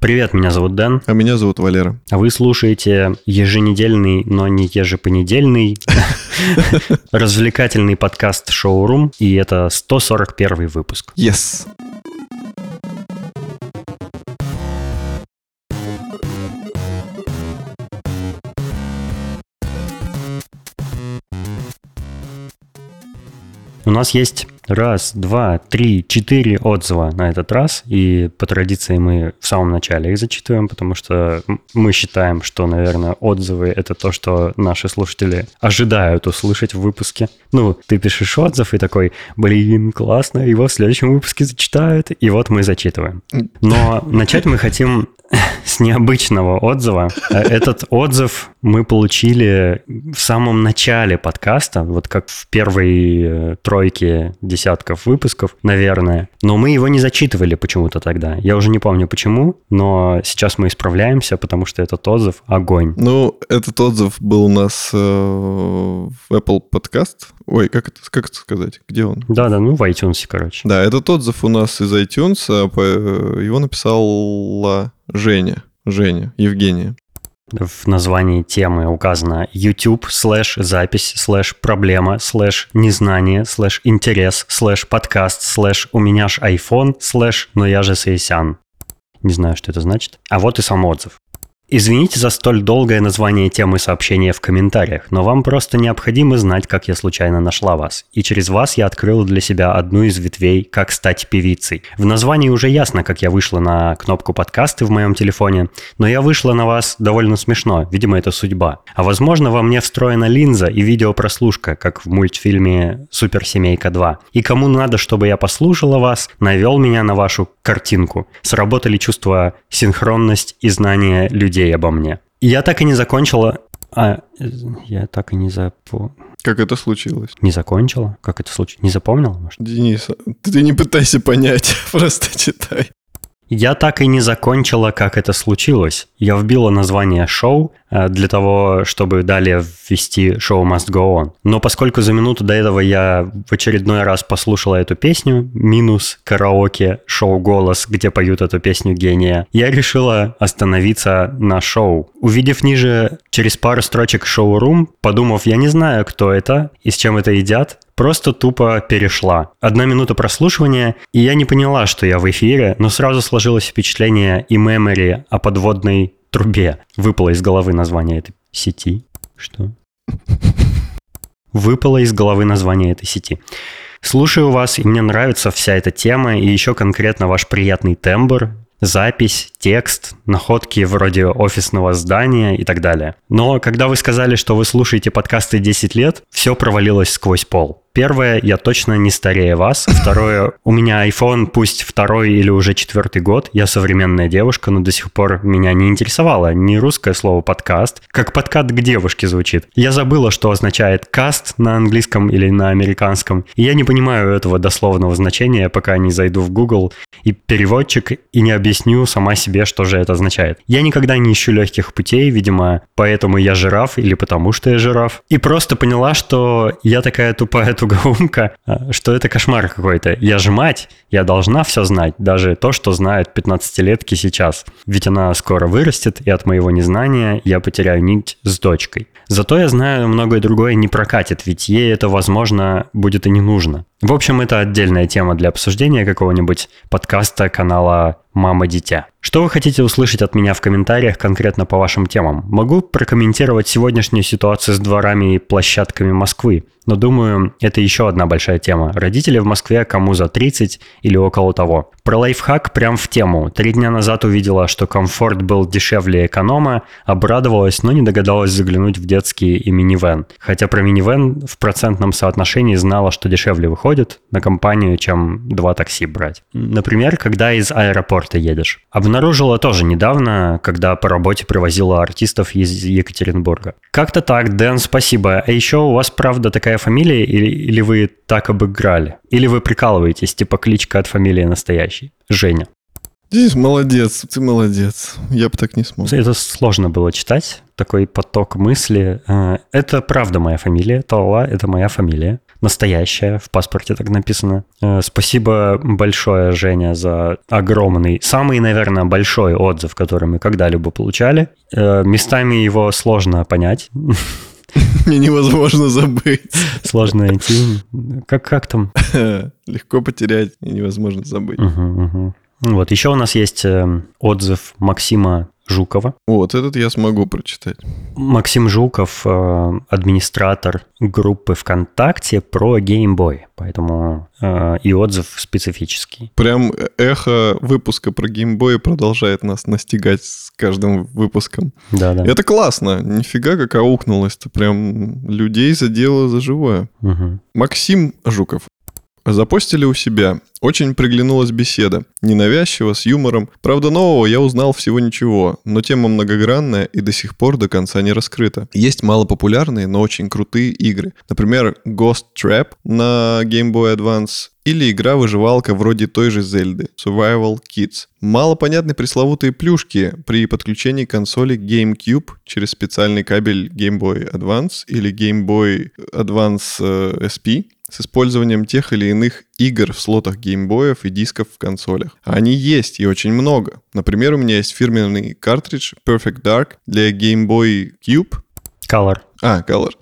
Привет, меня зовут Дэн. А меня зовут Валера. А вы слушаете еженедельный, но не ежепонедельный развлекательный подкаст «Шоурум», и это 141 выпуск. Yes! У нас есть 1, 2, 3, 4 отзыва на этот раз, и по традиции мы в самом начале их зачитываем, потому что мы считаем, что, наверное, отзывы — это то, что наши слушатели ожидают услышать в выпуске. Ну, ты пишешь отзыв и такой: блин, классно, его в следующем выпуске зачитают, и вот мы зачитываем. Но начать мы хотим с необычного отзыва. Этот отзыв мы получили в самом начале подкаста, вот как в первой тройке десятков выпусков, наверное. Но мы его не зачитывали почему-то тогда. Я уже не помню почему, но сейчас мы исправляемся, потому что этот отзыв — огонь. Ну, этот отзыв был у нас в Apple Podcast. Ой, как это сказать? Где он? Да-да, ну в iTunes, короче. Да, этот отзыв у нас из iTunes, его написала Женя, Евгения. В названии темы указано YouTube /запись /проблема /незнание /интерес /подкаст /у меня ж iPhone /но я же Саисян. Не знаю, что это значит. А вот и сам отзыв. Извините за столь долгое название темы сообщения в комментариях, но вам просто необходимо знать, как я случайно нашла вас. И через вас я открыла для себя одну из ветвей «Как стать певицей». В названии уже ясно, как я вышла на кнопку «Подкасты» в моем телефоне, но я вышла на вас довольно смешно, видимо, это судьба. А возможно, во мне встроена линза и видеопрослушка, как в мультфильме «Суперсемейка 2». И кому надо, чтобы я послушала вас, навел меня на вашу картинку. Сработали чувства синхронность и знания людей обо мне. Я так и не закончила... Как это случилось? Не закончила? Как это случилось? Не запомнила, может? Денис, ты не пытайся понять, просто читай. Я так и не закончила, как это случилось. Я вбила название шоу для того, чтобы далее ввести «Show must go on». Но поскольку за минуту до этого я в очередной раз послушала эту песню, минус караоке шоу «Голос», где поют эту песню гения, я решила остановиться на шоу. Увидев ниже через пару строчек «Шоурум», подумав, я не знаю, кто это и с чем это едят, просто тупо перешла. 1 минута прослушивания, и я не поняла, что я в эфире, но сразу сложилось впечатление и мемори о подводной трубе. Выпало из головы название этой сети. Что? Выпало из головы название этой сети. Слушаю вас, и мне нравится вся эта тема, и еще конкретно ваш приятный тембр, запись, текст, находки вроде офисного здания и так далее. Но когда вы сказали, что вы слушаете подкасты 10 лет, все провалилось сквозь пол. Первое, я точно не старее вас. Второе, у меня iPhone, пусть 2-й или уже 4-й год. Я современная девушка, но до сих пор меня не интересовало ни русское слово «подкаст», как подкаст к девушке звучит. Я забыла, что означает «каст» на английском или на американском. И я не понимаю этого дословного значения, пока не зайду в Google и переводчик и не объясню сама себе, что же это означает. Я никогда не ищу легких путей, видимо, поэтому я жираф или потому что я жираф. И просто поняла, что я такая тупая тугоумка, что это кошмар какой-то. Я же мать, я должна все знать, даже то, что знают 15-летки сейчас. Ведь она скоро вырастет, и от моего незнания я потеряю нить с дочкой. Зато я знаю, многое другое не прокатит, ведь ей это, возможно, будет и не нужно. В общем, это отдельная тема для обсуждения какого-нибудь подкаста канала «Мама-дитя». Что вы хотите услышать от меня в комментариях конкретно по вашим темам? Могу прокомментировать сегодняшнюю ситуацию с дворами и площадками Москвы, но думаю, это еще одна большая тема. Родители в Москве кому за 30 или около того. Про лайфхак прям в тему. 3 дня назад увидела, что комфорт был дешевле эконома, обрадовалась, но не догадалась заглянуть в детский и минивэн. Хотя про минивэн в процентном соотношении знала, что дешевле выходит на компанию, чем 2 такси брать. Например, когда из аэропорта едешь. Обнаружила тоже недавно, когда по работе привозила артистов из Екатеринбурга. Как-то так, Дэн, спасибо. А еще у вас правда такая фамилия или вы так обыграли? Или вы прикалываетесь, типа кличка от фамилии настоящей? Женя. Денис, молодец, ты молодец. Я бы так не смог. Это сложно было читать, такой поток мысли. Это правда моя фамилия, Талала, это моя фамилия. Настоящая, в паспорте так написано. Спасибо большое, Женя, за огромный, самый, наверное, большой отзыв, который мы когда-либо получали. Местами его сложно понять. Мне невозможно забыть. Сложно найти. Как там? Легко потерять и невозможно забыть. Вот, еще у нас есть отзыв Максима Жукова. Вот этот я смогу прочитать. Максим Жуков, администратор группы ВКонтакте про Game Boy, поэтому и отзыв специфический. Прям эхо выпуска про Game Boy продолжает нас настигать с каждым выпуском. Да. Это классно. Нифига как аукнулось-то. Прям людей задело за живое. Угу. Максим Жуков. Запостили у себя. Очень приглянулась беседа. Ненавязчиво, с юмором. Правда, нового я узнал всего ничего, но тема многогранная и до сих пор до конца не раскрыта. Есть малопопулярные, но очень крутые игры. Например, Ghost Trap на Game Boy Advance или игра-выживалка вроде той же Зельды Survival Kids. Малопонятны пресловутые плюшки при подключении консоли GameCube через специальный кабель Game Boy Advance или Game Boy Advance SP с использованием тех или иных игр в слотах геймбоев и дисков в консолях. Они есть и очень много. Например, у меня есть фирменный картридж Perfect Dark для Game Boy Cube. Color. Color.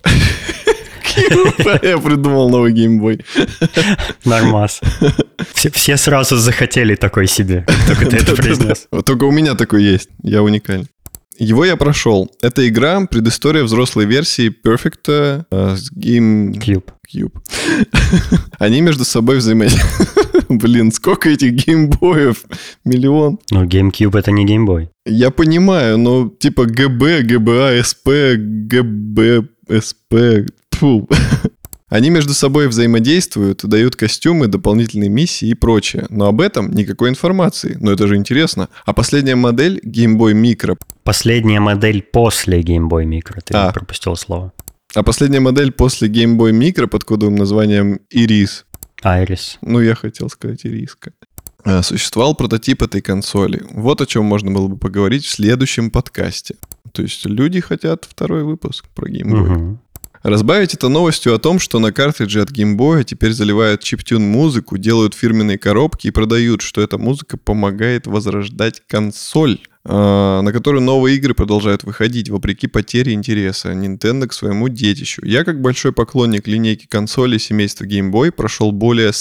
Я придумал новый Game Boy. Нормас. Все сразу захотели такой себе, как только ты это произнес. Только у меня такой есть. Я уникальный. Его я прошел. Это игра, предыстория взрослой версии Perfect с GameCube. Они между собой взаимодействуют. Блин, сколько этих геймбоев? Миллион. Ну, GameCube это не Game Boy. Я понимаю, но типа ГБ, ГБА, СП, ГБ, СП. Фу. Они между собой взаимодействуют, дают костюмы, дополнительные миссии и прочее. Но об этом никакой информации. Но это же интересно. А последняя модель Game Boy Micro. Последняя модель после Game Boy Micro. Ты пропустил слово. А последняя модель после Game Boy Micro под кодовым названием Iris. Iris. Ну, я хотел сказать Ириска. Существовал прототип этой консоли. Вот о чем можно было бы поговорить в следующем подкасте. То есть люди хотят второй выпуск про Game Boy. Угу. Разбавить это новостью о том, что на картридже от Game Boy теперь заливают чиптюн музыку, делают фирменные коробки и продают, что эта музыка помогает возрождать консоль, на которую новые игры продолжают выходить, вопреки потере интереса Nintendo к своему детищу. Я, как большой поклонник линейки консолей семейства Game Boy, прошел более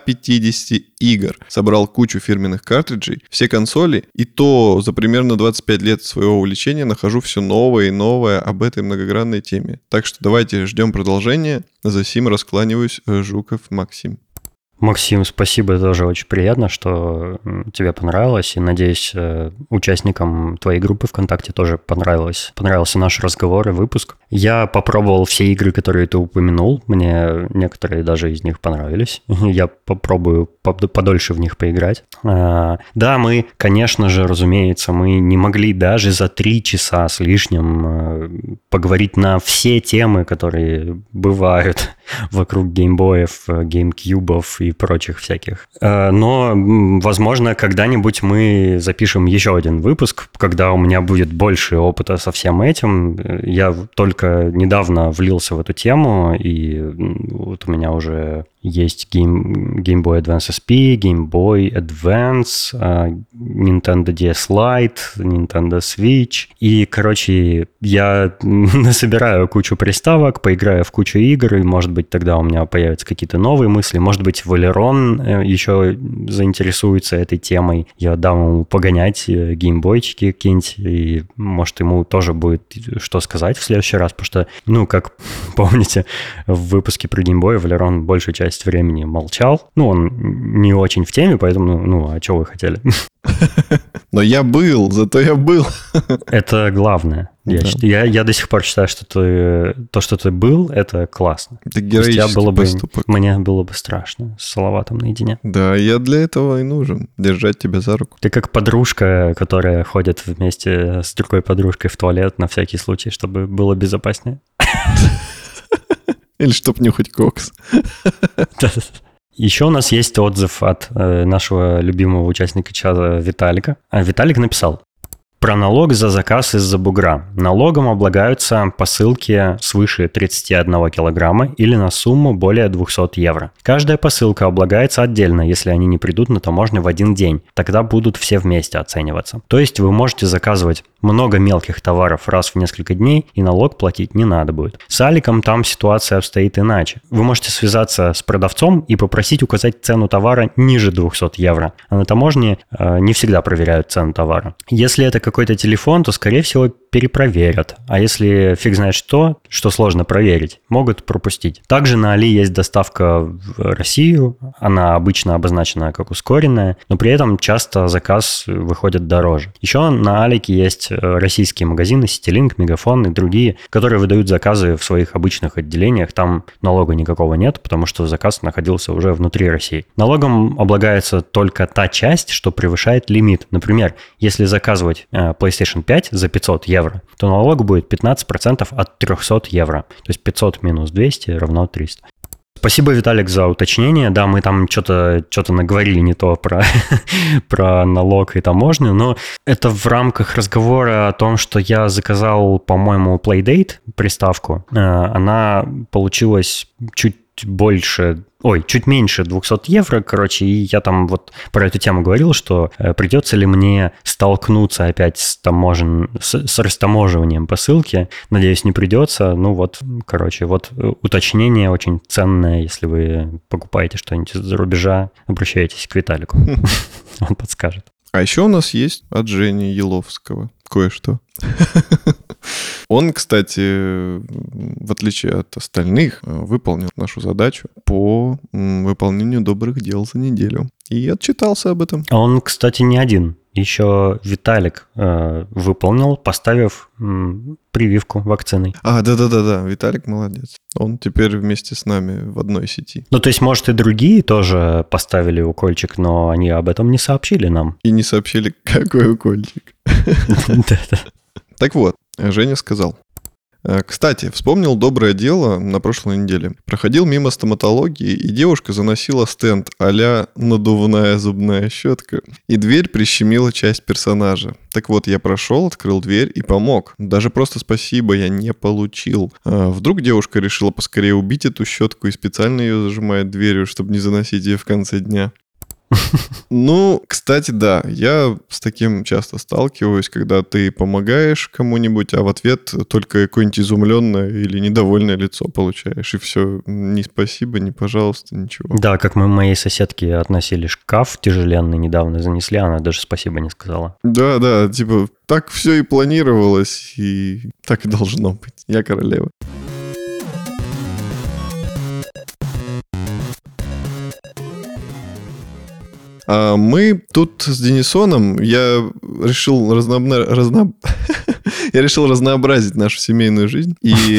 150 игр, собрал кучу фирменных картриджей, все консоли, и то за примерно 25 лет своего увлечения нахожу все новое и новое об этой многогранной теме. Так что давайте ждем продолжения. За сим раскланиваюсь, Жуков Максим. Максим, спасибо, это тоже очень приятно, что тебе понравилось, и, надеюсь, участникам твоей группы ВКонтакте тоже понравился наш разговор и выпуск. Я попробовал все игры, которые ты упомянул, мне некоторые даже из них понравились, я попробую подольше в них поиграть. Да, мы, конечно же, разумеется, мы не могли даже за 3 часа с лишним поговорить на все темы, которые бывают вокруг геймбоев, геймкьюбов и прочих всяких. Но, возможно, когда-нибудь мы запишем еще один выпуск, когда у меня будет больше опыта со всем этим. Я только недавно влился в эту тему, и вот у меня уже есть Game Boy Advance SP, Game Boy Advance, Nintendo DS Lite, Nintendo Switch. И, короче, я насобираю кучу приставок, поиграю в кучу игр, и, может быть, тогда у меня появятся какие-то новые мысли. Может быть, Валерон еще заинтересуется этой темой. Я дам ему погонять геймбойчики какие-нибудь, и, может, ему тоже будет что сказать в следующий раз, потому что, ну, как помните, в выпуске про геймбой Валерон большую часть времени молчал. Ну, он не очень в теме, поэтому, а что вы хотели? Но я был, зато я был. Это главное. Я до сих пор считаю, что то, что ты был, это классно. Это героический поступок. Мне было бы страшно с Салаватом наедине. Да, я для этого и нужен. Держать тебя за руку. Ты как подружка, которая ходит вместе с другой подружкой в туалет на всякий случай, чтобы было безопаснее. Или чтоб нюхать кокс. Еще у нас есть отзыв от нашего любимого участника чата Виталика. Виталик написал: про налог за заказ из-за бугра. Налогом облагаются посылки свыше 31 килограмма или на сумму более 200 евро. Каждая посылка облагается отдельно, если они не придут на таможню в один день. Тогда будут все вместе оцениваться. То есть вы можете заказывать много мелких товаров раз в несколько дней, и налог платить не надо будет. С Аликом там ситуация обстоит иначе. Вы можете связаться с продавцом и попросить указать цену товара ниже 200 евро. А на таможне не всегда проверяют цену товара. Если это какой-то телефон, то, скорее всего, перепроверят. А если фиг знает что сложно проверить, могут пропустить. Также на Али есть доставка в Россию. Она обычно обозначена как ускоренная, но при этом часто заказ выходит дороже. Еще на Алике есть российские магазины, Ситилинк, Мегафон и другие, которые выдают заказы в своих обычных отделениях. Там налога никакого нет, потому что заказ находился уже внутри России. Налогом облагается только та часть, что превышает лимит. Например, если заказывать PlayStation 5 за 500 евро, то налог будет 15% от 300 евро. То есть 500 минус 200 равно 300. Спасибо, Виталик, за уточнение. Да, мы там что-то наговорили не то про налог и таможню, но это в рамках разговора о том, что я заказал, по-моему, Playdate приставку. Она получилась чуть меньше 200 евро, короче, и я там вот про эту тему говорил, что придется ли мне столкнуться опять с растаможиванием посылки. Надеюсь, не придется. Ну вот, короче, вот уточнение очень ценное. Если вы покупаете что-нибудь из-за рубежа, обращайтесь к Виталику. Он подскажет. А еще у нас есть от Жени Еловского кое-что. Он, кстати, в отличие от остальных, выполнил нашу задачу по выполнению добрых дел за неделю. И отчитался об этом. А он, кстати, не один. Еще Виталик выполнил, поставив прививку вакциной. Да. Виталик молодец. Он теперь вместе с нами в одной сети. Ну, то есть, может, и другие тоже поставили укольчик, но они об этом не сообщили нам. И не сообщили, какой укольчик. Так вот, Женя сказал. Кстати, вспомнил доброе дело на прошлой неделе. Проходил мимо стоматологии, и девушка заносила стенд а-ля надувная зубная щетка, и дверь прищемила часть персонажа. Так вот, я прошел, открыл дверь и помог. Даже просто спасибо я не получил. Вдруг девушка решила поскорее убить эту щетку и специально ее зажимает дверью, чтобы не заносить ее в конце дня. Ну, кстати, да, я с таким часто сталкиваюсь, когда ты помогаешь кому-нибудь, а в ответ только какое-нибудь изумленное или недовольное лицо получаешь, и все, ни спасибо, ни пожалуйста, ничего. Да, как мы моей соседке относили шкаф тяжеленный, недавно занесли, она даже спасибо не сказала. Да, типа, так все и планировалось, и так и должно быть. Я королева. А мы тут с Денисоном, я решил разнообразить нашу семейную жизнь.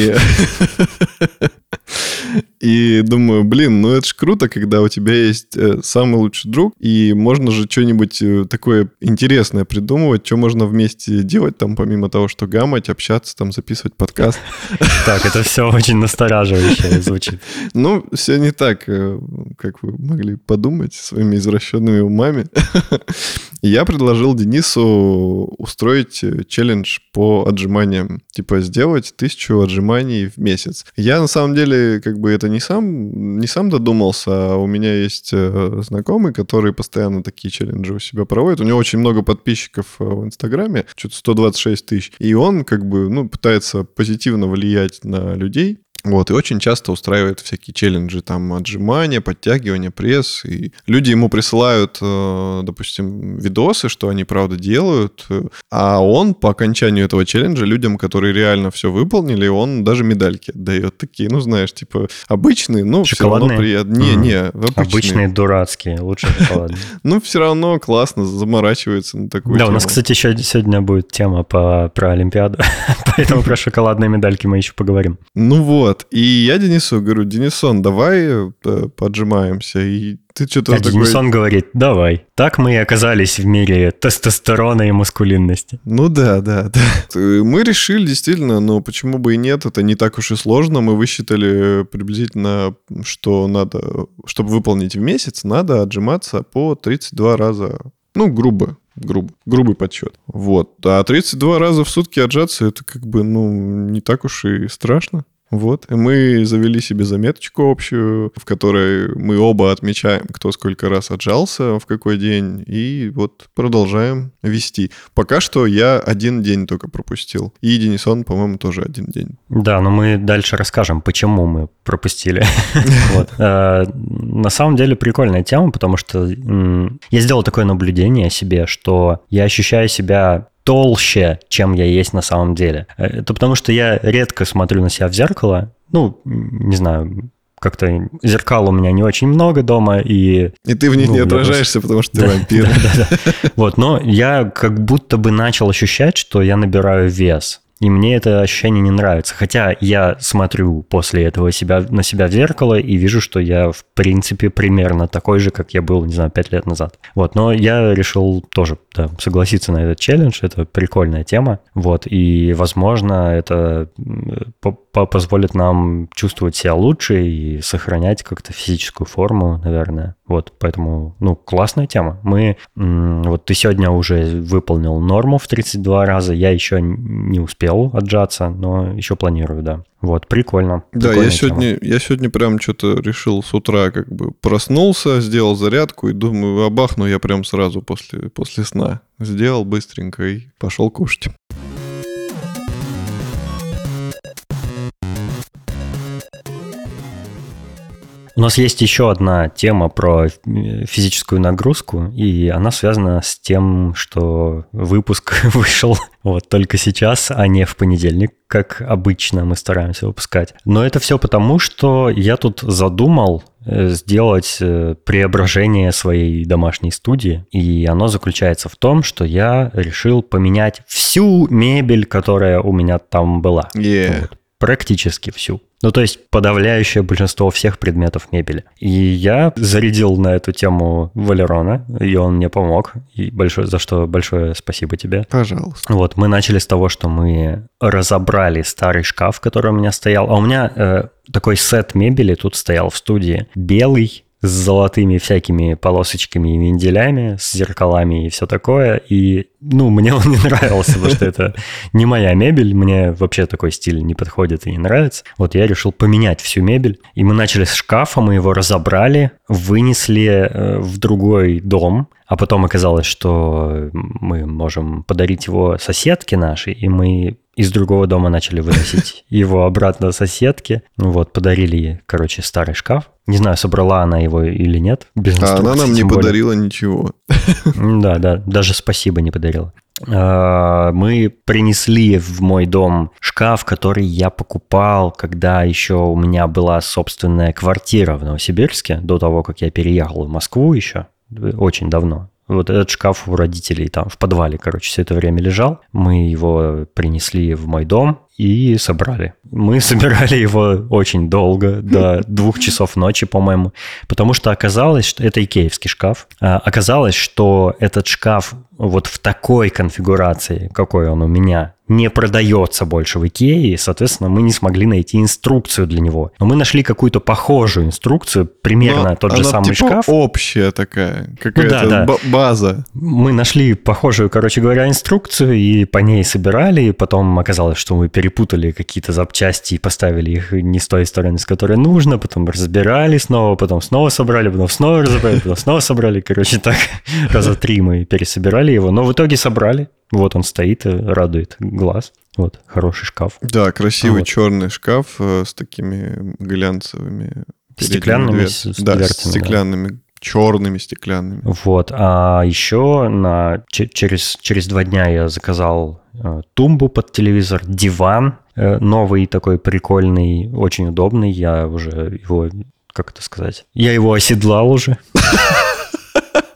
И думаю, ну это ж круто, когда у тебя есть самый лучший друг, и можно же что-нибудь такое интересное придумывать, что можно вместе делать, там, помимо того, что гамать, общаться, там, записывать подкаст. Так, это все очень настораживающе звучит. Ну, все не так, как вы могли подумать своими извращенными умами. Я предложил Денису устроить челлендж по отжиманиям. Типа сделать 1000 отжиманий в месяц. Я на самом деле как бы это не сам додумался, а у меня есть знакомый, который постоянно такие челленджи у себя проводит. У него очень много подписчиков в Инстаграме, что-то 126 тысяч. И он как бы, пытается позитивно влиять на людей. Вот, и очень часто устраивает всякие челленджи, там, отжимания, подтягивания, пресс. И люди ему присылают, допустим, видосы, что они правда делают. А он по окончанию этого челленджа людям, которые реально все выполнили, он даже медальки отдает. Такие, знаешь, типа, обычные, но все равно приятно. Не, обычные дурацкие, лучше шоколадные. Все равно классно заморачивается на такую тему. Да, у нас, кстати, еще сегодня будет тема про Олимпиаду, поэтому про шоколадные медальки мы еще поговорим. Вот. Вот. И я Денису говорю: Денисон, давай поджимаемся. И ты что-то такой... Денисон говорит: давай. Так мы и оказались в мире тестостерона и маскулинности. Ну да. Мы решили действительно, но почему бы и нет, это не так уж и сложно. Мы высчитали приблизительно, что надо, чтобы выполнить в месяц, надо отжиматься по 32 раза. Ну, грубый подсчет. Вот. А 32 раза в сутки отжаться, это как бы, не так уж и страшно. Вот. И мы завели себе заметочку общую, в которой мы оба отмечаем, кто сколько раз отжался, в какой день, и вот продолжаем вести. Пока что я 1 день только пропустил. И Денисон, по-моему, тоже 1 день. Да, но мы дальше расскажем, почему мы пропустили. На самом деле прикольная тема, потому что я сделал такое наблюдение о себе, что я ощущаю себя толще, чем я есть на самом деле. Это потому, что я редко смотрю на себя в зеркало. Не знаю, как-то зеркал у меня не очень много дома. И ты в них не отражаешься, потому что ты вампир. Да. Вот, но я как будто бы начал ощущать, что я набираю вес. И мне это ощущение не нравится. Хотя я смотрю после этого на себя в зеркало и вижу, что я, в принципе, примерно такой же, как я был, 5 лет назад. Вот, но я решил тоже согласиться на этот челлендж. Это прикольная тема. Вот, и, возможно, это позволит нам чувствовать себя лучше и сохранять как-то физическую форму, наверное. Вот, поэтому, классная тема. Вот ты сегодня уже выполнил норму в 32 раза, я еще не успел отжаться, но еще планирую, да. Вот, прикольно. Да, я сегодня прям что-то решил с утра, как бы проснулся, сделал зарядку и думаю, бахну я прям сразу после сна. Сделал быстренько и пошел кушать. У нас есть еще одна тема про физическую нагрузку, и она связана с тем, что выпуск вышел вот только сейчас, а не в понедельник, как обычно мы стараемся выпускать. Но это все потому, что я тут задумал сделать преображение своей домашней студии, и оно заключается в том, что я решил поменять всю мебель, которая у меня там была. Вот. Практически всю. То есть подавляющее большинство всех предметов мебели. И я зарядил на эту тему Валерона, и он мне помог. И за что большое спасибо тебе. Пожалуйста. Вот, мы начали с того, что мы разобрали старый шкаф, который у меня стоял. А у меня такой сет мебели тут стоял в студии. Белый, с золотыми всякими полосочками и венделями, с зеркалами и все такое. И, мне он не нравился, потому что это не моя мебель. Мне вообще такой стиль не подходит и не нравится. Вот я решил поменять всю мебель. И мы начали с шкафа, мы его разобрали, вынесли в другой дом. А потом оказалось, что мы можем подарить его соседке нашей, и мы из другого дома начали выносить его обратно соседке. Вот, подарили ей, старый шкаф. Не знаю, собрала она его или нет. Без инструкции, она нам не подарила ничего. Да, даже спасибо не подарила. Мы принесли в мой дом шкаф, который я покупал, когда еще у меня была собственная квартира в Новосибирске, до того, как я переехал в Москву еще. Очень давно. Вот этот шкаф у родителей там в подвале, все это время лежал. Мы его принесли в мой дом и собрали. Мы собирали его очень долго, до 2 часов ночи, по-моему, потому что оказалось, что это икеевский шкаф. Оказалось, что этот шкаф вот в такой конфигурации, какой он у меня, не продается больше в Икее, и, соответственно, мы не смогли найти инструкцию для него. Но мы нашли какую-то похожую инструкцию, примерно тот же самый шкаф. Общая такая, какая-то база. Мы нашли похожую, инструкцию, и по ней собирали, и потом оказалось, что мы перепутали какие-то запчасти и поставили их не с той стороны, с которой нужно, потом разбирали снова, потом снова собрали, потом снова разобрали, потом снова собрали. Так раза 3 мы пересобирали его, но в итоге собрали. Вот он стоит, радует глаз. Вот, хороший шкаф. Да, красивый черный шкаф с такими глянцевыми... Стеклянными дверцами. Стеклянными, черными стеклянными. Вот, а еще через 2 дня я заказал тумбу под телевизор, диван новый такой прикольный, очень удобный. Я уже его, я его оседлал уже.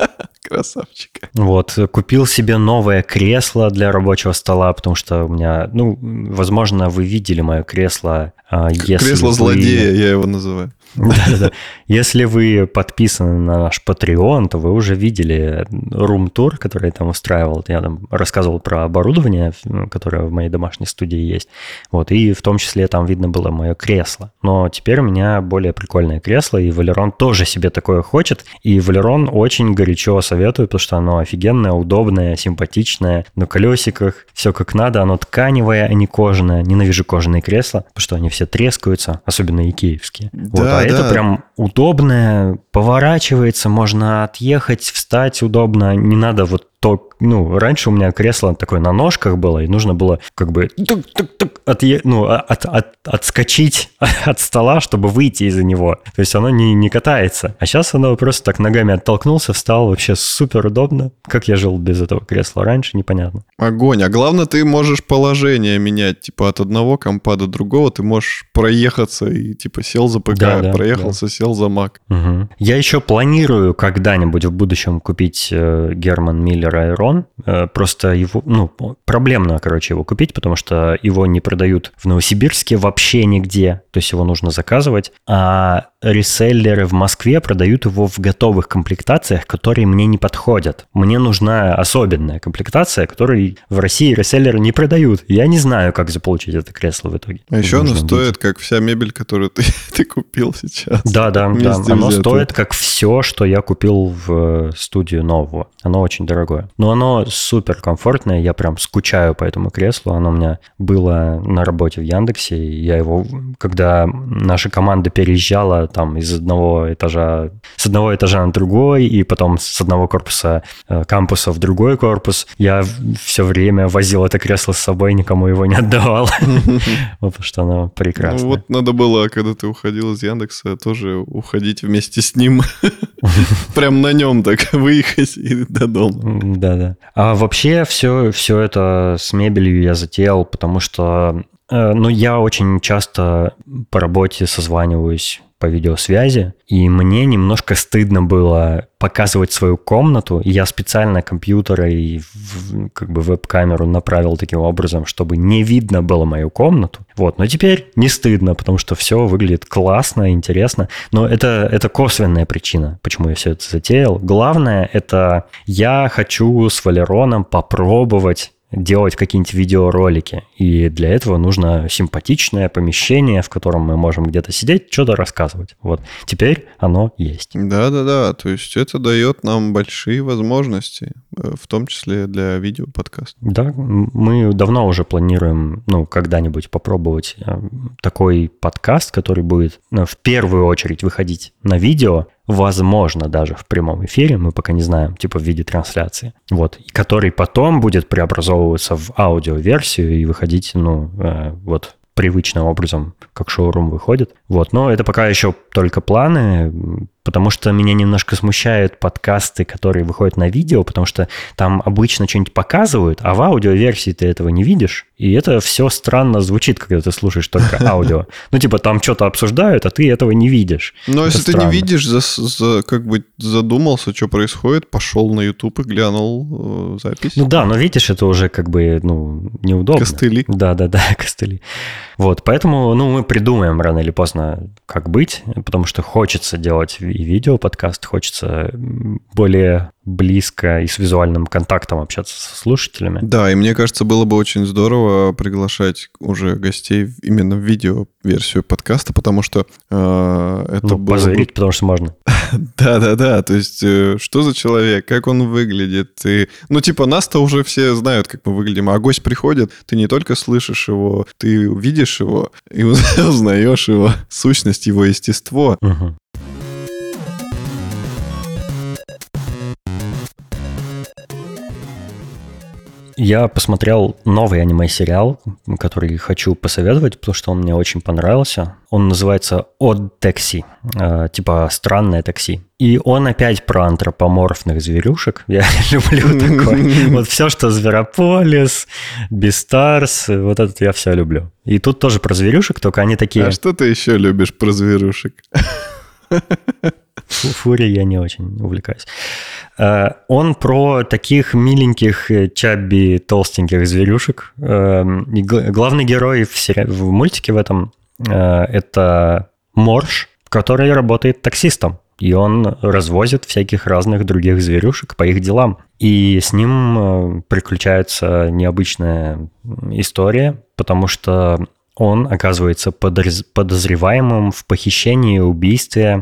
Красавчик. Вот, купил себе новое кресло для рабочего стола, потому что у меня, возможно, вы видели мое кресло. Кресло злодея, я его называю. Да-да-да. Если вы подписаны на наш Patreon, то вы уже видели рум-тур, который я там устраивал. Я там рассказывал про оборудование, которое в моей домашней студии есть. Вот, и в том числе там видно было мое кресло. Но теперь у меня более прикольное кресло, и Валерон тоже себе такое хочет. И Валерон очень горячо советую, потому что оно офигенное, удобное, симпатичное, на колесиках, все как надо. Оно тканевое, а не кожаное. Ненавижу кожаные кресла, потому что они все трескаются, особенно икеевские. Да, это прям удобное, поворачивается, можно отъехать, встать удобно, не надо вот то, раньше у меня кресло такое на ножках было, и нужно было как бы отскочить от стола, чтобы выйти из-за него. То есть оно не катается. А сейчас оно просто так ногами оттолкнулся, встал, вообще супер удобно. Как я жил без этого кресла раньше, непонятно. Огонь. А главное, ты можешь положение менять, типа от одного компа до другого, ты можешь проехаться и типа сел за ПК, проехался, сел за Mac. Угу. Я еще планирую когда-нибудь в будущем купить Герман Миллер Айрон. Просто его, проблемно, его купить, потому что его не продают в Новосибирске вообще нигде. То есть его нужно заказывать. А реселлеры в Москве продают его в готовых комплектациях, которые мне не подходят. Мне нужна особенная комплектация, которую в России реселлеры не продают. Я не знаю, как заполучить это кресло в итоге. А еще оно стоит, как вся мебель, которую ты купил сейчас. Да. Оно стоит, как все, что я купил в студию нового. Оно очень дорогое. Но оно супер комфортное. Я прям скучаю по этому креслу. Оно у меня было на работе в Яндексе. Я его, когда наша команда переезжала там с одного этажа на другой, и потом с одного корпуса кампуса в другой корпус, я все время возил это кресло с собой, никому его не отдавал. Потому что оно прекрасное. Вот надо было, когда ты уходил из Яндекса, тоже уходить вместе с ним. Прям на нем так выехать и до дома. Да. А вообще все это с мебелью я затеял, потому что я очень часто по работе созваниваюсь по видеосвязи, и мне немножко стыдно было показывать свою комнату, и я специально компьютер и веб-камеру направил таким образом, чтобы не видно было мою комнату. Вот, но теперь не стыдно, потому что все выглядит классно, интересно, но это косвенная причина, почему я все это затеял. Главное, это я хочу с Валероном попробовать делать какие-нибудь видеоролики. И для этого нужно симпатичное помещение, в котором мы можем где-то сидеть, что-то рассказывать. Вот. Теперь оно есть. Да. То есть это дает нам большие возможности, в том числе для видеоподкаста. Да, мы давно уже планируем, когда-нибудь попробовать такой подкаст, который будет в первую очередь выходить на видео, возможно, даже в прямом эфире, мы пока не знаем, типа в виде трансляции, вот, который потом будет преобразовываться в аудиоверсию и выходить, привычным образом, как шоурум выходит. Вот, но это пока еще только планы, потому что меня немножко смущают подкасты, которые выходят на видео, потому что там обычно что-нибудь показывают, а в аудиоверсии ты этого не видишь, и это все странно звучит, когда ты слушаешь только аудио. Там что-то обсуждают, а ты этого не видишь. Но если ты не видишь, задумался, что происходит, пошел на YouTube и глянул запись. Но видишь, это уже неудобно. Костыли. Да, костыли. Вот, поэтому, мы придумаем рано или поздно, как быть, потому что хочется делать и видео-подкаст, хочется более близко и с визуальным контактом общаться со слушателями. Да, и мне кажется, было бы очень здорово приглашать уже гостей именно в видео-версию подкаста, потому что это было... Позырить, потому что можно. Да, то есть что за человек, как он выглядит. И, нас-то уже все знают, как мы выглядим, а гость приходит, ты не только слышишь его, ты видишь его и узнаешь его сущность, его естество. Угу. Я посмотрел новый аниме-сериал, который хочу посоветовать, потому что он мне очень понравился. Он называется «Odd Taxi», типа «Странное такси». И он опять про антропоморфных зверюшек. Я люблю такое. Вот все, что Зверополис, Бистарс, вот это я все люблю. И тут тоже про зверюшек, только они такие... А что ты еще любишь про зверюшек? Фури я не очень увлекаюсь. Он про таких миленьких, чабби, толстеньких зверюшек. И главный герой в мультике в этом это Морж, который работает таксистом. И он развозит всяких разных других зверюшек по их делам. И с ним приключается необычная история, потому что он оказывается подозреваемым в похищении и убийстве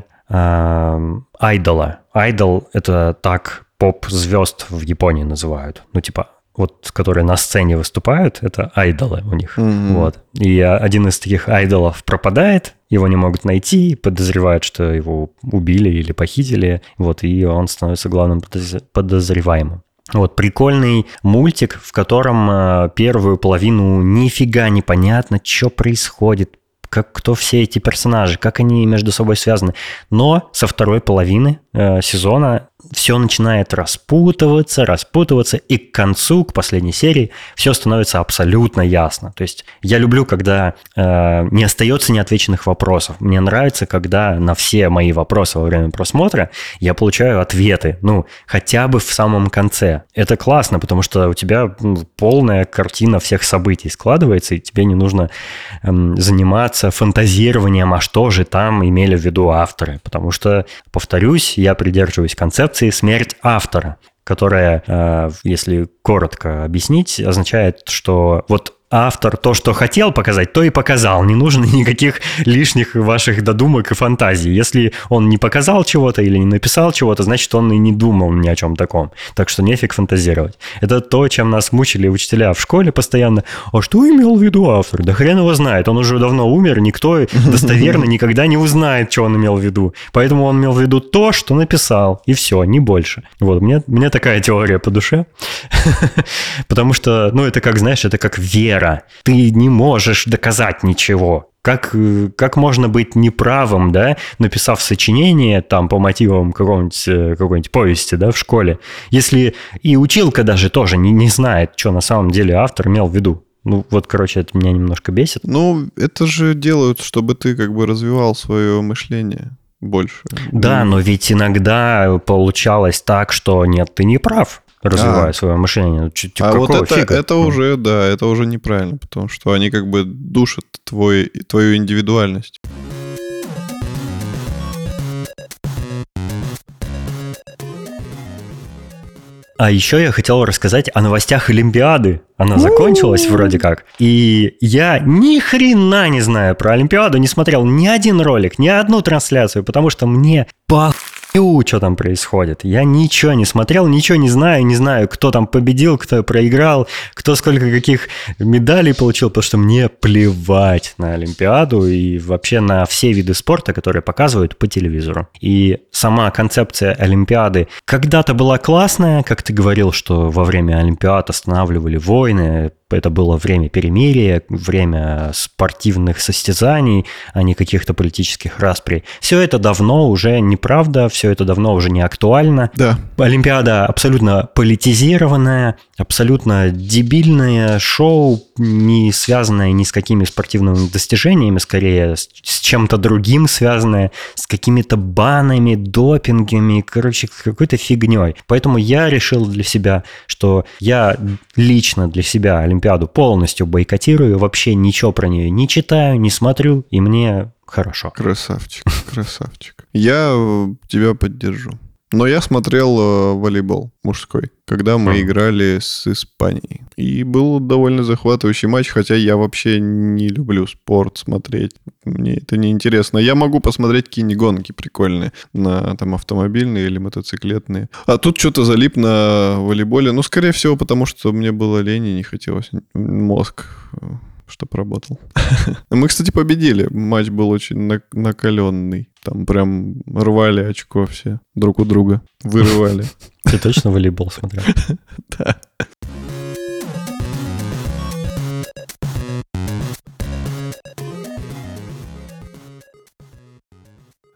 айдола. Айдол — это так поп-звезд в Японии называют. Ну, типа, вот, которые на сцене выступают, это айдолы у них. Mm-hmm. Вот. И один из таких айдолов пропадает, его не могут найти, подозревают, что его убили или похитили, вот, и он становится главным подозреваемым. Вот, прикольный мультик, в котором первую половину нифига не понятно, что происходит, кто все эти персонажи, как они между собой связаны. Но со второй половины сезона все начинает распутываться, и к концу, к последней серии, все становится абсолютно ясно. То есть я люблю, когда не остается неотвеченных вопросов. Мне нравится, когда на все мои вопросы во время просмотра я получаю ответы, ну, хотя бы в самом конце. Это классно, потому что у тебя полная картина всех событий складывается, и тебе не нужно заниматься фантазированием, а что же там имели в виду авторы. Потому что, повторюсь, я придерживаюсь концепции «смерть автора», которая, если коротко объяснить, означает, что вот автор то, что хотел показать, то и показал. Не нужно никаких лишних ваших додумок и фантазий. Если он не показал чего-то или не написал чего-то, значит, он и не думал ни о чем таком. Так что нефиг фантазировать. Это то, чем нас мучили учителя в школе постоянно. А что имел в виду автор? Да хрен его знает. Он уже давно умер, никто достоверно никогда не узнает, что он имел в виду. Поэтому он имел в виду то, что написал. И все, не больше. Вот, мне такая теория по душе. Потому что, ну, это как, знаешь, это как вера. Ты не можешь доказать ничего. Как можно быть неправым, да, написав сочинение там по мотивам какой-нибудь повести, да, в школе, если и училка даже тоже не знает, что на самом деле автор имел в виду. Ну, вот, короче, это меня немножко бесит. Ну, это же делают, чтобы ты как бы развивал свое мышление больше. Да, но ведь иногда получалось так, что нет, ты не прав. Развивая свое мышление. А вот это уже, да, это уже неправильно, потому что они как бы душат твою индивидуальность. А еще я хотел рассказать о новостях Олимпиады. Она закончилась вроде как. И я ни хрена не знаю про Олимпиаду, не смотрел ни один ролик, ни одну трансляцию, потому что мне что там происходит. Я ничего не смотрел, ничего не знаю, кто там победил, кто проиграл, кто сколько каких медалей получил, потому что мне плевать на Олимпиаду и вообще на все виды спорта, которые показывают по телевизору. И сама концепция Олимпиады когда-то была классная, как ты говорил, что во время Олимпиад останавливали войны, это было время перемирия, время спортивных состязаний, а не каких-то политических расприй. Все это давно уже неправда, все это давно уже не актуально. Да. Олимпиада абсолютно политизированная, абсолютно дебильное шоу, не связанное ни с какими спортивными достижениями, скорее с чем-то другим связанное, с какими-то банами, допингами, короче, какой-то фигней. Поэтому я решил для себя, что я лично для себя Олимпиаду полностью бойкотирую, вообще ничего про нее не читаю, не смотрю, и мне хорошо. Красавчик. Я тебя поддержу. Но я смотрел волейбол мужской, когда мы играли с Испанией. И был довольно захватывающий матч, хотя я вообще не люблю спорт смотреть. Мне это не интересно. Я могу посмотреть какие-нибудь гонки прикольные, на там автомобильные или мотоциклетные. А тут что-то залип на волейболе. Ну, скорее всего, потому что мне было лень и не хотелось мозг, чтоб работал. Мы, кстати, победили. Матч был очень накаленный. Там прям рвали очко все друг у друга. Вырывали. Ты точно волейбол смотрел? Да.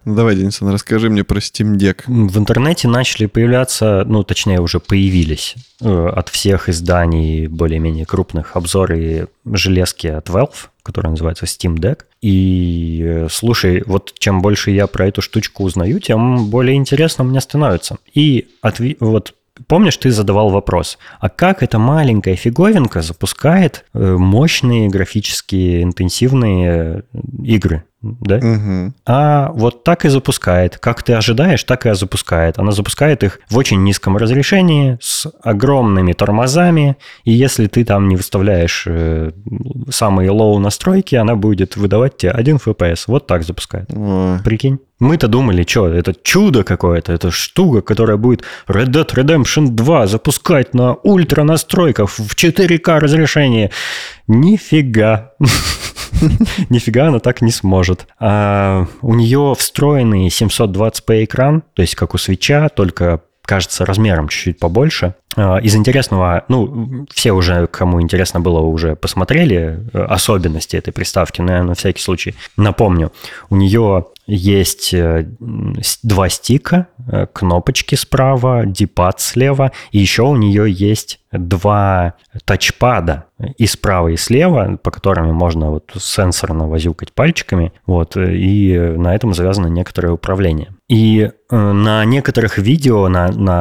Ну давай, Денис, расскажи мне про Steam Deck. В интернете начали появляться, точнее уже появились от всех изданий более-менее крупных обзоры железки от Valve, которая называется Steam Deck. И слушай, вот чем больше я про эту штучку узнаю, тем более интересно мне становится. И вот помнишь, ты задавал вопрос, а как эта маленькая фиговинка запускает мощные графически интенсивные игры? Да? Угу. А вот так и запускает. Как ты ожидаешь, так и запускает. Она запускает их в очень низком разрешении, с огромными тормозами, и если ты там не выставляешь самые лоу настройки, она будет выдавать тебе 1 FPS. Вот так запускает. Прикинь. Мы-то думали, что это чудо какое-то, это штука, которая будет Red Dead Redemption 2 запускать на ультра настройках в 4К разрешении. Нифига. Нифига она так не сможет. У нее встроенный 720p экран, то есть как у Switch'а, только, кажется, размером чуть-чуть побольше. Из интересного, все уже, кому интересно было, уже посмотрели особенности этой приставки, но я на всякий случай напомню. У нее есть 2 стика, кнопочки справа, дипад слева, и еще у нее есть 2 тачпада и справа, и слева, по которым можно вот сенсорно возюкать пальчиками, и на этом завязано некоторое управление. И на некоторых видео,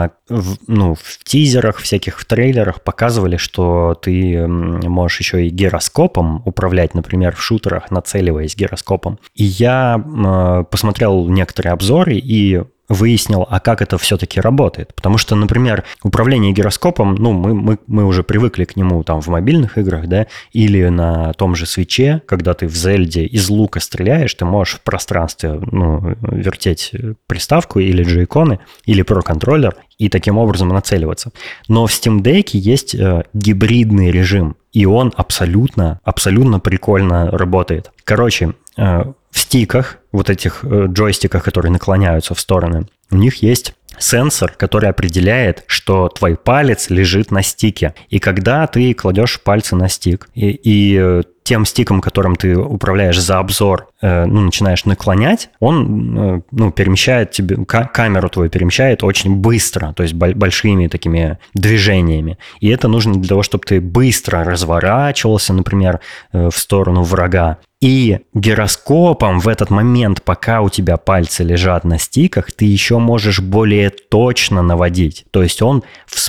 в тизерах, всяких в трейлерах показывали, что ты можешь еще и гироскопом управлять, например, в шутерах, нацеливаясь гироскопом. И я посмотрел некоторые обзоры и выяснил, а как это все-таки работает. Потому что, например, управление гироскопом, мы уже привыкли к нему там в мобильных играх, да, или на том же Switch'е, когда ты в Зельде из лука стреляешь, ты можешь в пространстве вертеть приставку или джойконы, или Pro-контроллер, и таким образом нацеливаться. Но в Steam Deck есть гибридный режим, и он абсолютно прикольно работает. Короче, в стиках, вот этих джойстиках, которые наклоняются в стороны, у них есть сенсор, который определяет, что твой палец лежит на стике. И когда ты кладешь пальцы на стик, и тем стиком, которым ты управляешь за обзор, начинаешь наклонять, он перемещает тебе, камеру твою перемещает очень быстро, то есть большими такими движениями. И это нужно для того, чтобы ты быстро разворачивался, например, в сторону врага. И гироскопом в этот момент, пока у тебя пальцы лежат на стиках, ты еще можешь более точно наводить. То есть он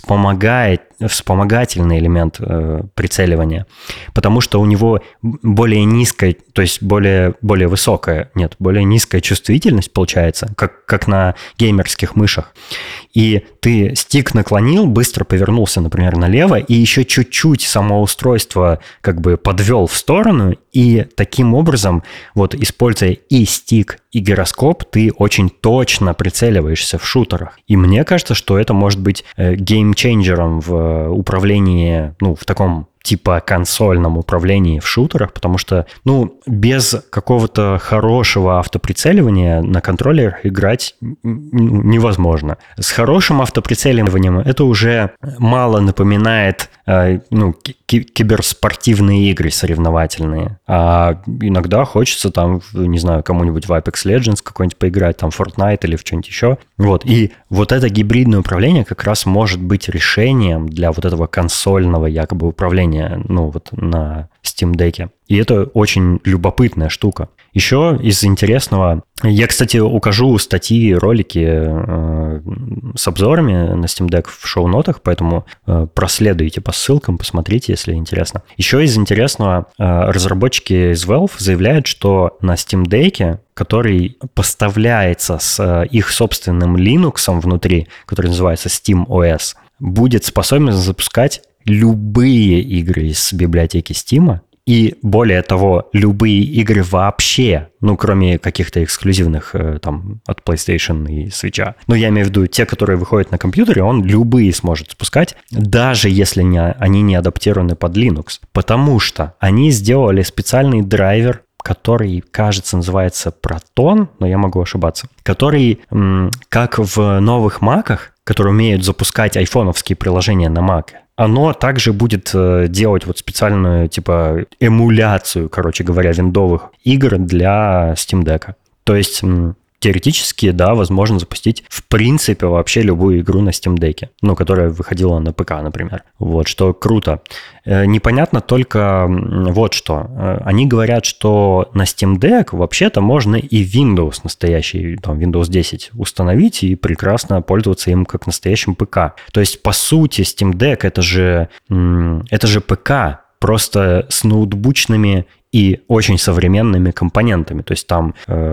вспомогательный элемент прицеливания, потому что у него более низкая, то есть более низкая чувствительность получается, как на геймерских мышах. И ты стик наклонил, быстро повернулся, например, налево, и еще чуть-чуть само устройство как бы подвел в сторону, и таким образом, используя и стик, и гироскоп, ты очень точно прицеливаешься в шутерах. И мне кажется, что это может быть геймчейнджером в управлении, в таком типа консольном управлении в шутерах, потому что, без какого-то хорошего автоприцеливания на контроллерах играть невозможно. С хорошим автоприцеливанием это уже мало напоминает киберспортивные игры соревновательные. А иногда хочется там, не знаю, кому-нибудь в Apex Legends какой-нибудь поиграть, там Fortnite или в что-нибудь еще. И это гибридное управление как раз может быть решением для этого консольного якобы управления, на Steam Deck. И это очень любопытная штука. Еще из интересного... Я, кстати, укажу статьи, ролики с обзорами на Steam Deck в шоу-нотах, поэтому проследуйте по ссылкам, посмотрите, если интересно. Еще из интересного, разработчики из Valve заявляют, что на Steam Deck, который поставляется с их собственным Linux внутри, который называется SteamOS, будет способен запускать любые игры из библиотеки Steam, и более того, любые игры вообще, кроме каких-то эксклюзивных там от PlayStation и Switch. Но я имею в виду те, которые выходят на компьютере, он любые сможет запускать, даже если они не адаптированы под Linux. Потому что они сделали специальный драйвер, который, кажется, называется Proton, но я могу ошибаться, который, как в новых Mac'ах, которые умеют запускать айфоновские приложения на Mac, оно также будет делать специальную эмуляцию, виндовых игр для Steam Deck. То есть теоретически, да, возможно запустить в принципе вообще любую игру на Steam Deck, ну, которая выходила на ПК, например. Вот, что круто. Непонятно только вот что. Они говорят, что на Steam Deck вообще-то можно и Windows настоящий, там, Windows 10 установить и прекрасно пользоваться им как настоящим ПК. То есть, по сути, Steam Deck это же ПК, просто с ноутбучными и очень современными компонентами. То есть там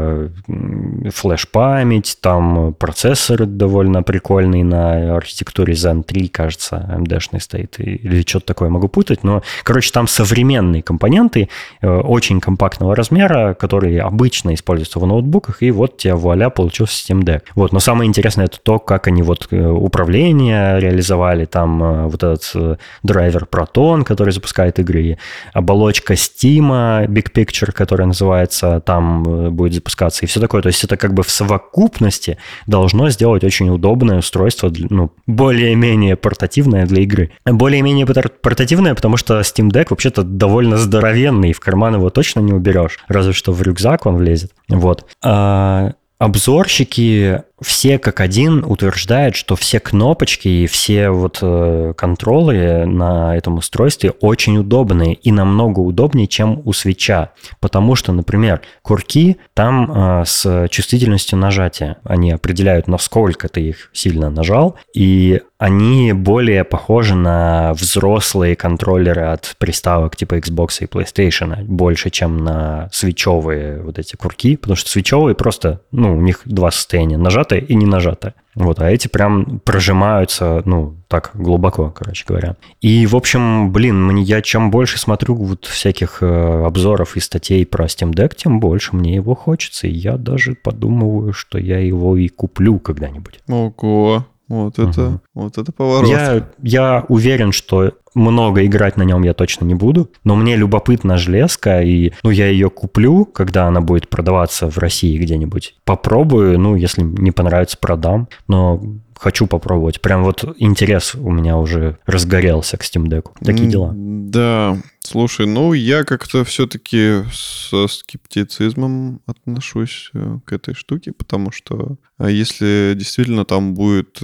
флеш-память, там процессор довольно прикольный на архитектуре Zen 3, кажется, AMD-шный стоит, или что-то такое, могу путать. Но, короче, там современные компоненты очень компактного размера, которые обычно используются в ноутбуках, и вот тебе, вуаля, получился Steam Deck. Вот. Но самое интересное это то, как они вот управление реализовали, там вот этот драйвер Proton, который запускает игры, оболочка Steam, Big Picture, которая называется, там будет запускаться и все такое. То есть это как бы в совокупности должно сделать очень удобное устройство, ну, более-менее портативное для игры. Более-менее портативное, потому что Steam Deck вообще-то довольно здоровенный, и в карман его точно не уберешь, разве что в рюкзак он влезет. Вот. Обзорщики все как один утверждают, что все кнопочки и все вот контролы на этом устройстве очень удобные и намного удобнее, чем у свитча. Потому что, например, курки там с чувствительностью нажатия. Они определяют, насколько ты их сильно нажал, и они более похожи на взрослые контроллеры от приставок типа Xbox и PlayStation, больше, чем на свитчевые вот эти курки, потому что свитчевые просто, ну, у них два состояния, нажатое и не нажатое. Вот, а эти прям прожимаются, ну, так глубоко, короче говоря. И, в общем, я чем больше смотрю вот всяких обзоров и статей про Steam Deck, тем больше мне его хочется, и я даже подумываю, что я его и куплю когда-нибудь. Ого! Вот это поворот. Я уверен, что много играть на нем я точно не буду, но мне любопытна железка, и я ее куплю, когда она будет продаваться в России где-нибудь. Попробую, если не понравится, продам, но хочу попробовать. Прям вот интерес у меня уже разгорелся к Steam Deck. Такие дела. Да, слушай, я как-то все-таки со скептицизмом отношусь к этой штуке, потому что если действительно там будет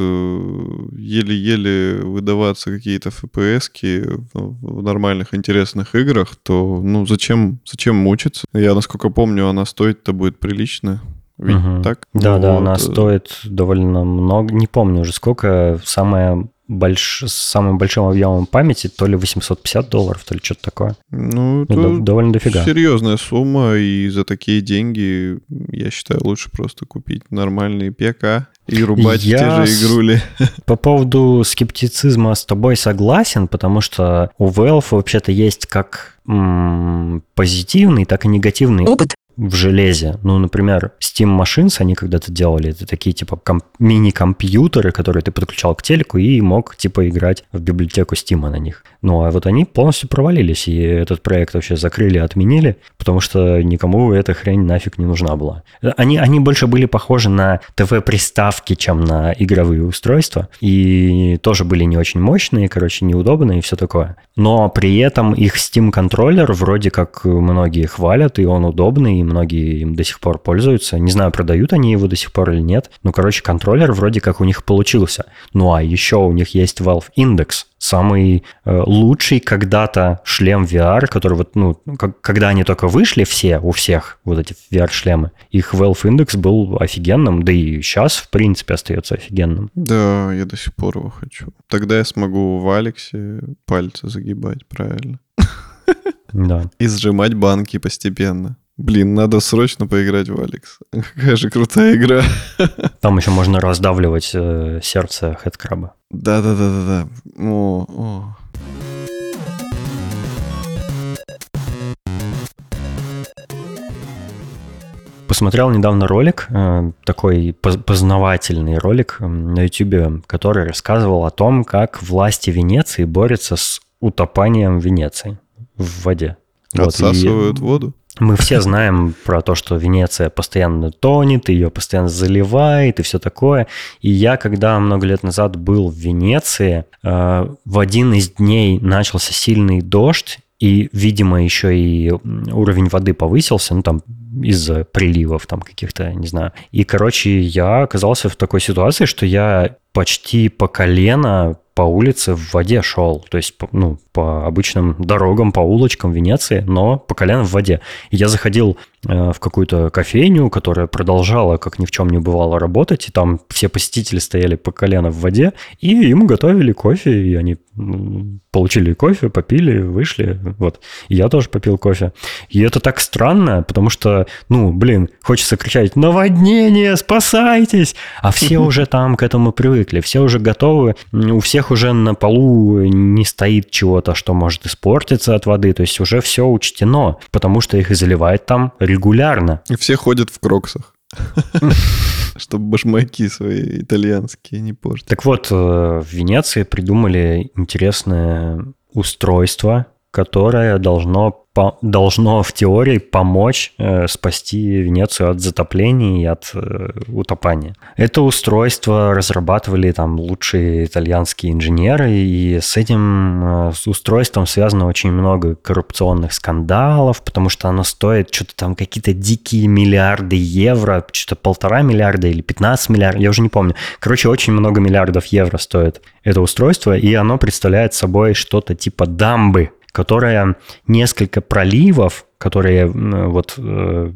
еле-еле выдаваться какие-то FPS-ки в нормальных интересных играх, то зачем мучиться? Я, насколько помню, она стоить-то будет прилично. Ведь так? Да, она стоит довольно много. Не помню уже сколько. С самым большим объемом памяти то ли $850, то ли что-то такое. Это довольно дофига. Серьезная сумма, и за такие деньги, я считаю, лучше просто купить нормальный ПК и рубать те же игрули. По поводу скептицизма с тобой согласен, потому что у Valve вообще-то есть как позитивный, так и негативный опыт в железе. Например, Steam Machines они когда-то делали. Это такие типа мини-компьютеры, которые ты подключал к телеку и мог типа играть в библиотеку Steam на них. А вот они полностью провалились, и этот проект вообще закрыли, отменили, потому что никому эта хрень нафиг не нужна была. Они больше были похожи на ТВ-приставки, чем на игровые устройства, и тоже были не очень мощные, неудобные и все такое. Но при этом их Steam-контроллер вроде как многие хвалят, и он удобный, и многие им до сих пор пользуются. Не знаю, продают они его до сих пор или нет. контроллер вроде как у них получился. А еще у них есть Valve Index, самый лучший когда-то шлем VR, который когда они только вышли у всех вот эти VR-шлемы, их Valve Index был офигенным, да и сейчас, в принципе, остается офигенным. Да, я до сих пор его хочу. Тогда я смогу в Алексе пальцы загибать, правильно? Да. И сжимать банки постепенно. Надо срочно поиграть в Алекс. Какая же крутая игра. Там еще можно раздавливать сердце хэдкраба. Да. Посмотрел недавно ролик, такой познавательный ролик на YouTube, который рассказывал о том, как власти Венеции борются с утопанием Венеции в воде. Отсасывают воду? Мы все знаем про то, что Венеция постоянно тонет, ее постоянно заливает и все такое. И я, когда много лет назад был в Венеции, в один из дней начался сильный дождь, и, видимо, еще и уровень воды повысился, там из-за приливов там каких-то, не знаю. И, короче, я оказался в такой ситуации, что я почти по колено по улице в воде шел, то есть, по обычным дорогам, по улочкам Венеции, но по колено в воде. И я заходил в какую-то кофейню, которая продолжала, как ни в чем не бывало, работать, и там все посетители стояли по колено в воде, и им готовили кофе, и они получили кофе, попили, вышли, вот. И я тоже попил кофе. И это так странно, потому что, хочется кричать: «Наводнение, спасайтесь!» А все уже там к этому привыкли, все уже готовы, у всех уже на полу не стоит чего-то, что может испортиться от воды, то есть уже все учтено, потому что их заливают там регулярно. И все ходят в кроксах, чтобы башмаки свои итальянские не портить. Так вот, в Венеции придумали интересное устройство, которое должно в теории помочь спасти Венецию от затопления и от утопания. Это устройство разрабатывали там лучшие итальянские инженеры, и с этим с устройством связано очень много коррупционных скандалов, потому что оно стоит что-то там какие-то дикие миллиарды евро, что-то 1,5 миллиарда или 15 миллиардов, я уже не помню. Короче, очень много миллиардов евро стоит это устройство, и оно представляет собой что-то типа дамбы, которая несколько проливов, которые в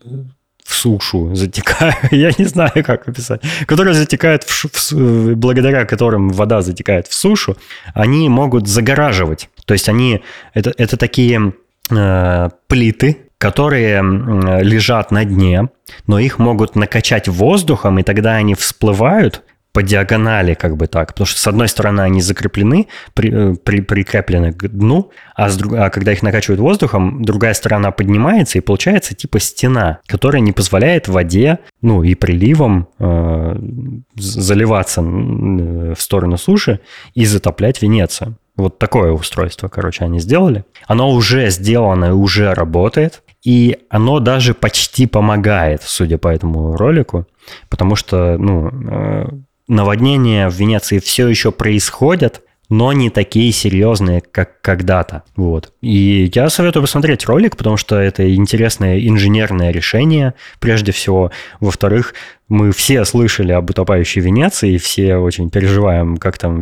сушу затекают, я не знаю, как описать, которые затекают, благодаря которым вода затекает в сушу, они могут загораживать. То есть это такие плиты, которые лежат на дне, но их могут накачать воздухом, и тогда они всплывают по диагонали, как бы так. Потому что с одной стороны они закреплены, прикреплены к дну, а когда их накачивают воздухом, другая сторона поднимается, и получается типа стена, которая не позволяет воде, и приливам заливаться в сторону суши и затоплять Венецию. Вот такое устройство, они сделали. Оно уже сделано и уже работает. И оно даже почти помогает, судя по этому ролику, потому что, наводнения в Венеции все еще происходят, но не такие серьезные, как когда-то. Вот. И я советую посмотреть ролик, потому что это интересное инженерное решение, прежде всего. Во-вторых, мы все слышали об утопающей Венеции, все очень переживаем, как там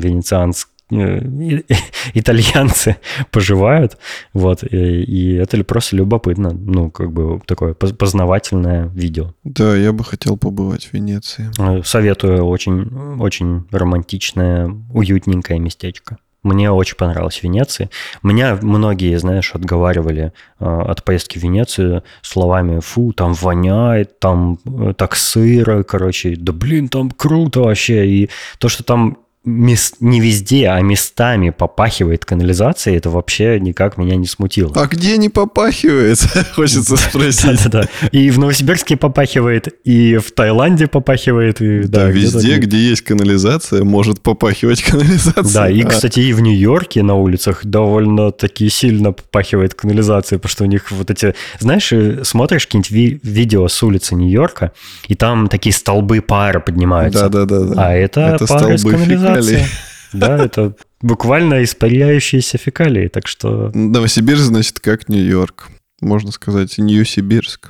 итальянцы поживают, вот, и это просто любопытно, такое познавательное видео. Да, я бы хотел побывать в Венеции. Советую, очень, очень романтичное, уютненькое местечко. Мне очень понравилось Венеция. Меня многие, отговаривали от поездки в Венецию словами: «Фу, там воняет, там так сыро, там круто вообще». И то, что там не везде, а местами попахивает канализацией, это вообще никак меня не смутило. А где не попахивает? Хочется спросить. Да. И в Новосибирске попахивает, и в Таиланде попахивает. Да, везде, где есть канализация, может попахивать канализацией. Да, и, кстати, и в Нью-Йорке на улицах довольно-таки сильно попахивает канализацией, потому что у них вот эти... Знаешь, смотришь какие-нибудь видео с улицы Нью-Йорка, и там такие столбы пара поднимаются. Да. А это пары из канализации. Да, это буквально испаряющиеся фекалии, так что... Новосибирск, значит, как Нью-Йорк. Можно сказать, Нью-Сибирск.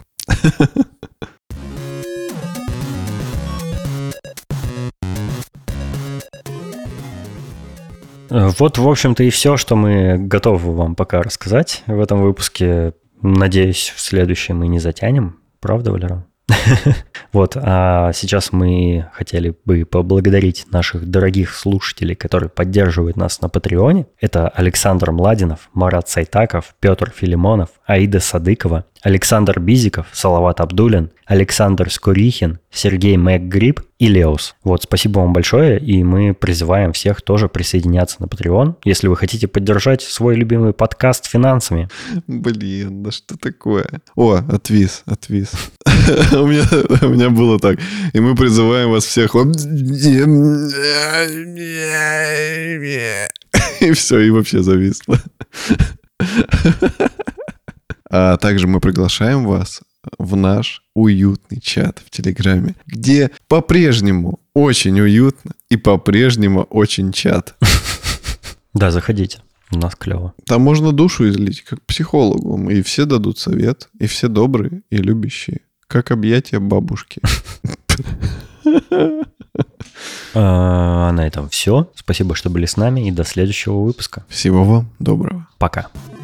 Вот, в общем-то, и все, что мы готовы вам пока рассказать в этом выпуске. Надеюсь, в следующем мы не затянем. Правда, Валера? Вот, а сейчас мы хотели бы поблагодарить наших дорогих слушателей, которые поддерживают нас на Патреоне. Это Александр Младинов, Марат Сайтаков, Петр Филимонов, Аида Садыкова, Александр Бизиков, Салават Абдулин, Александр Скурихин, Сергей МакГриб и Леус. Вот, спасибо вам большое, и мы призываем всех тоже присоединяться на Patreon, если вы хотите поддержать свой любимый подкаст финансами. Блин, да что такое? О, отвис. У меня было так. И мы призываем вас всех... И все, и вообще зависло. А также мы приглашаем вас в наш уютный чат в Телеграме, где по-прежнему очень уютно и по-прежнему очень чат. Да, заходите. У нас клево. Там можно душу излить, как психологу. И все дадут совет, и все добрые и любящие. Как объятия бабушки. А на этом все. Спасибо, что были с нами, и до следующего выпуска. Всего вам доброго. Пока.